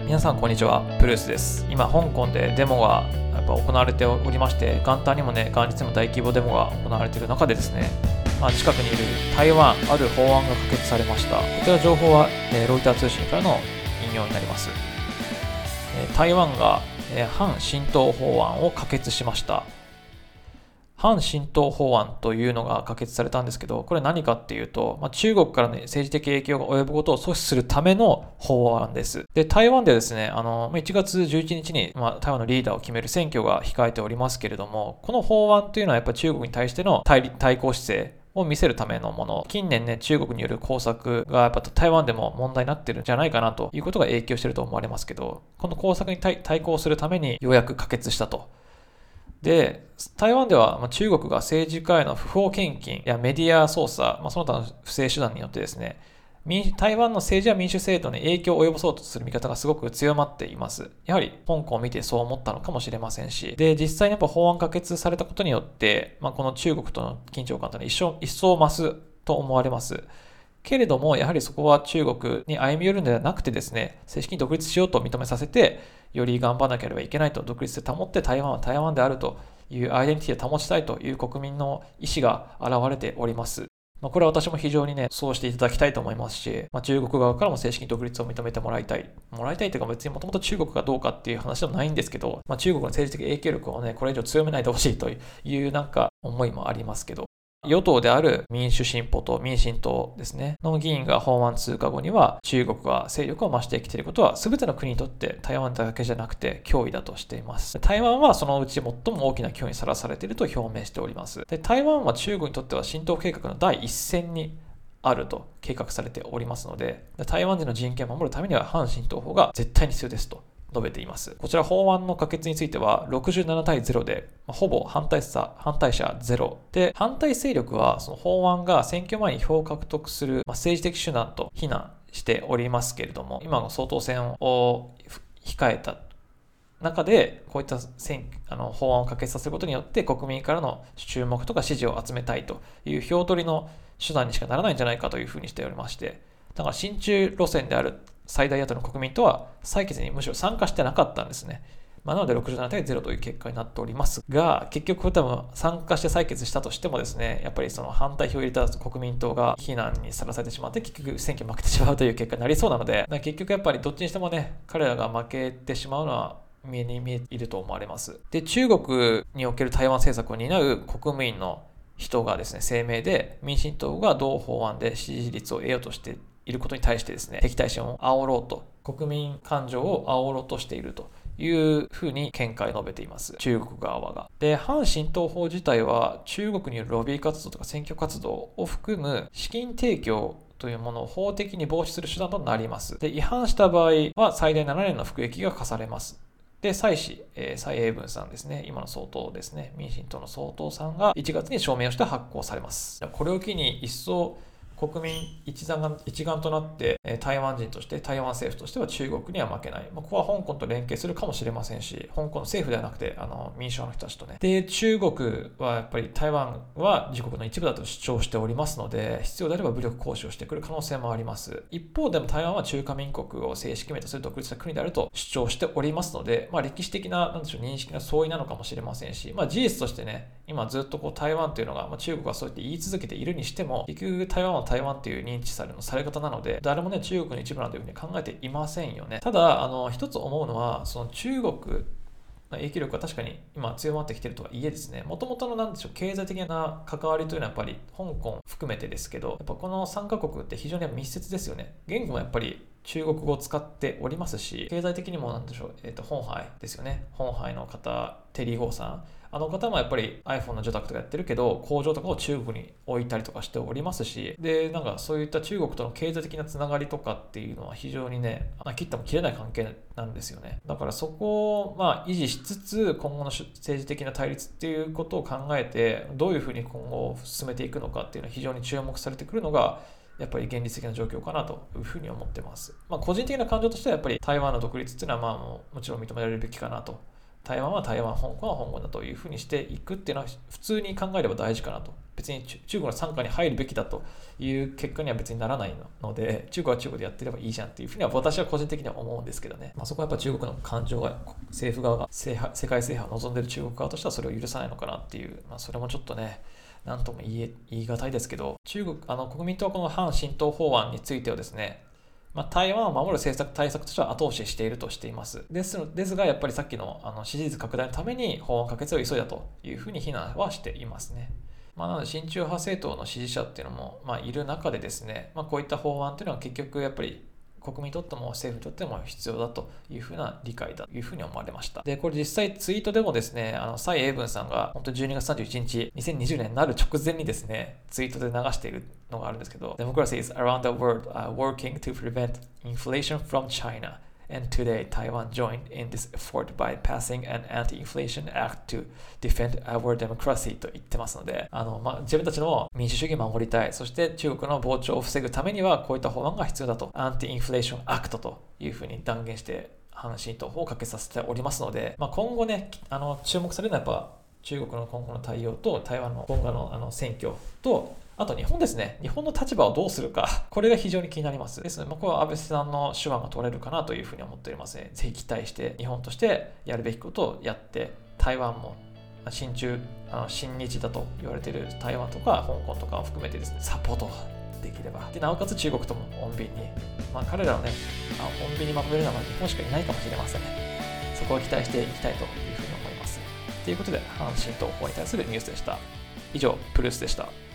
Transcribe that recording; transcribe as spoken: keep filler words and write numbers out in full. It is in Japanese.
皆さんこんにちは、ブルースです。今香港でデモがやっぱ行われておりまして、元旦にもね、元日にも大規模デモが行われている中でですね、まあ、近くにいる台湾ある法案が可決されました。こちら情報は、えー、ロイター通信からの引用になります。えー、台湾が、えー、反浸透法案を可決しました。反浸透法案というのが可決されたんですけど、これ何かっていうと、まあ、中国からの政治的影響が及ぶことを阻止するための法案です。で、台湾ではですね、あのいちがつじゅういちにちに、まあ、台湾のリーダーを決める選挙が控えておりますけれども、この法案というのはやっぱり中国に対しての 対, 対抗姿勢を見せるためのもの。近年ね、中国による工作がやっぱ台湾でも問題になってるんじゃないかなということが影響していると思われますけど、この工作に 対, 対抗するためにようやく可決したと。で、台湾では中国が政治家への不法献金やメディア操作、まあ、その他の不正手段によってですね、台湾の政治や民主制度に影響を及ぼそうとする見方がすごく強まっています。やはり香港を見てそう思ったのかもしれませんし、で、実際にやっぱ法案可決されたことによって、まあ、この中国との緊張感というのは一層、一層増すと思われます。けれども、やはりそこは中国に歩み寄るのではなくてですね、正式に独立しようと認めさせて、より頑張らなければいけないと、独立で保って台湾は台湾であるというアイデンティティを保ちたいという国民の意思が現れております。まあ、これは私も非常にね、そうしていただきたいと思いますし、まあ、中国側からも正式に独立を認めてもらいたい。もらいたいというか別にもともと中国がどうかっていう話でもないんですけど、まあ、中国の政治的影響力をね、これ以上強めないでほしいというなんか思いもありますけど、与党である民主進歩党、民進党ですね、の議員が法案通過後には中国が勢力を増してきていることは全ての国にとって台湾だけじゃなくて脅威だとしています。台湾はそのうち最も大きな脅威にさらされていると表明しております。で、台湾は中国にとっては浸透計画の第一線にあると計画されておりますので、台湾人の人権を守るためには反浸透法が絶対に必要ですと述べています。こちら法案の可決についてはろくじゅうななたいゼロで、ほぼ反対者、反対者ゼロで、反対勢力はその法案が選挙前に票を獲得する政治的手段と非難しておりますけれども、今の総統選を控えた中でこういった選あの法案を可決させることによって国民からの注目とか支持を集めたいという票取りの手段にしかならないんじゃないかというふうにしておりまして、だから親中路線である最大野党の国民とは採決にむしろ参加してなかったんですね。まあ、なのでろくじゅうななたいゼロという結果になっておりますが、結局多分参加して採決したとしてもですね、やっぱりその反対票を入れた国民党が非難にさらされてしまって結局選挙負けてしまうという結果になりそうなので、結局やっぱりどっちにしてもね、彼らが負けてしまうのは見えに見えていると思われます。で、中国における台湾政策を担う国民の人がですね、声明で民進党が同法案で支持率を得ようとしていることに対してですね、敵対心を煽ろうと、国民感情を煽ろうとしているというふうに見解を述べています。中国側が。で、反浸透法自体は中国によるロビー活動とか選挙活動を含む資金提供というものを法的に防止する手段となります。で、違反した場合は最大ななねんの服役が課されます。で、蔡氏、えー、蔡英文さんですね、今の総統ですね、民進党の総統さんがいちがつに署名をして発行されます。これを機に一層国民一丸が一丸となって台湾人として台湾政府としては中国には負けない、まあ、ここは香港と連携するかもしれませんし、香港の政府ではなくてあの民主派の人たちとね、で中国はやっぱり台湾は自国の一部だと主張しておりますので、必要であれば武力行使をしてくる可能性もあります。一方でも台湾は中華民国を正式名とする独立した国であると主張しておりますので、まあ、歴史的な、なんでしょう、認識の相違なのかもしれませんし、まあ、事実としてね、今ずっとこう台湾というのが、まあ、中国はそうやって言い続けているにしても、結局台湾は台湾という認知されるのされ方なので、誰もね、中国の一部なんていうふうに考えていませんよね。ただ、あの一つ思うのは、その中国の影響力は確かに今強まってきているとはいえですね、もともとのなんでしょう、経済的な関わりというのはやっぱり香港含めてですけど、やっぱこのさんカ国って非常に密接ですよね。言語もやっぱり中国語を使っておりますし、経済的にもなんでしょう、えっと、本杯ですよね。本杯の方、テリー・ゴーさん。あの方もやっぱり iPhone の受託とかやってるけど、工場とかを中国に置いたりとかしておりますし、で、なんかそういった中国との経済的なつながりとかっていうのは非常にね、切っても切れない関係なんですよね。だからそこをまあ維持しつつ、今後の政治的な対立っていうことを考えて、どういうふうに今後進めていくのかっていうのは非常に注目されてくるのが、やっぱり現実的な状況かなというふうに思ってます。まあ、個人的な感情としてはやっぱり台湾の独立っていうのはまあもちろん認められるべきかなと台湾は台湾、香港は香港だというふうにしていくっていうのは普通に考えれば大事かなと。別に中国の傘下に入るべきだという結果には別にならないので、中国は中国でやってればいいじゃんっていうふうには私は個人的には思うんですけどね。まあ、そこはやっぱ中国の感情が、政府側が制覇世界制覇を望んでいる中国側としてはそれを許さないのかなっていう、まあ、それもちょっとね、なんとも言え言い難いですけど、中国、あの国民党はこの反浸透法案についてはですね、まあ、台湾を守る政策対策としては後押ししているとしています。ですのですが、やっぱりさっきの、あの支持率拡大のために法案可決を急いだというふうに非難はしていますね。まあ、なので親中派政党の支持者っていうのも、まあ、いる中でですね、まあ、こういった法案っていうのは結局やっぱり国民にとっても政府にとっても必要だというふうな理解だというふうに思われました。で、これ実際ツイートでもですね、あの蔡英文さんが本当じゅうにがつさんじゅういちにち、にせんにじゅうねんになる直前にですね、ツイートで流しているのがあるんですけど、Democracy is around the world、uh, working to prevent inflation from China.And today, Taiwan joined in this effort by passing an anti-inflation act to defend our democracy と言ってますので、あの、まあ、自分たちの民主主義を守りたい、そして中国の膨張を防ぐためにはこういった法案が必要だと、アンティインフレーションアクトというふうに断言して反浸透法をかけさせておりますので、まあ、今後ね、あの注目されるのはやっぱ中国の今後の対応と台湾の今後のあの選挙と、あと日本ですね。日本の立場をどうするか。これが非常に気になります。ですので、まあ、これは安倍さんの手腕が取れるかなというふうに思っておりますね。ぜひ期待して日本としてやるべきことをやって、台湾も親中、あの親日だと言われている台湾とか香港とかを含めてですね、サポートできれば。で、なおかつ中国とも穏便に。まあ彼らをね、穏便にまとめるのは日本しかいないかもしれませんね。そこを期待していきたいというふうに思います。ということで、反浸透法に対するニュースでした。以上、プルースでした。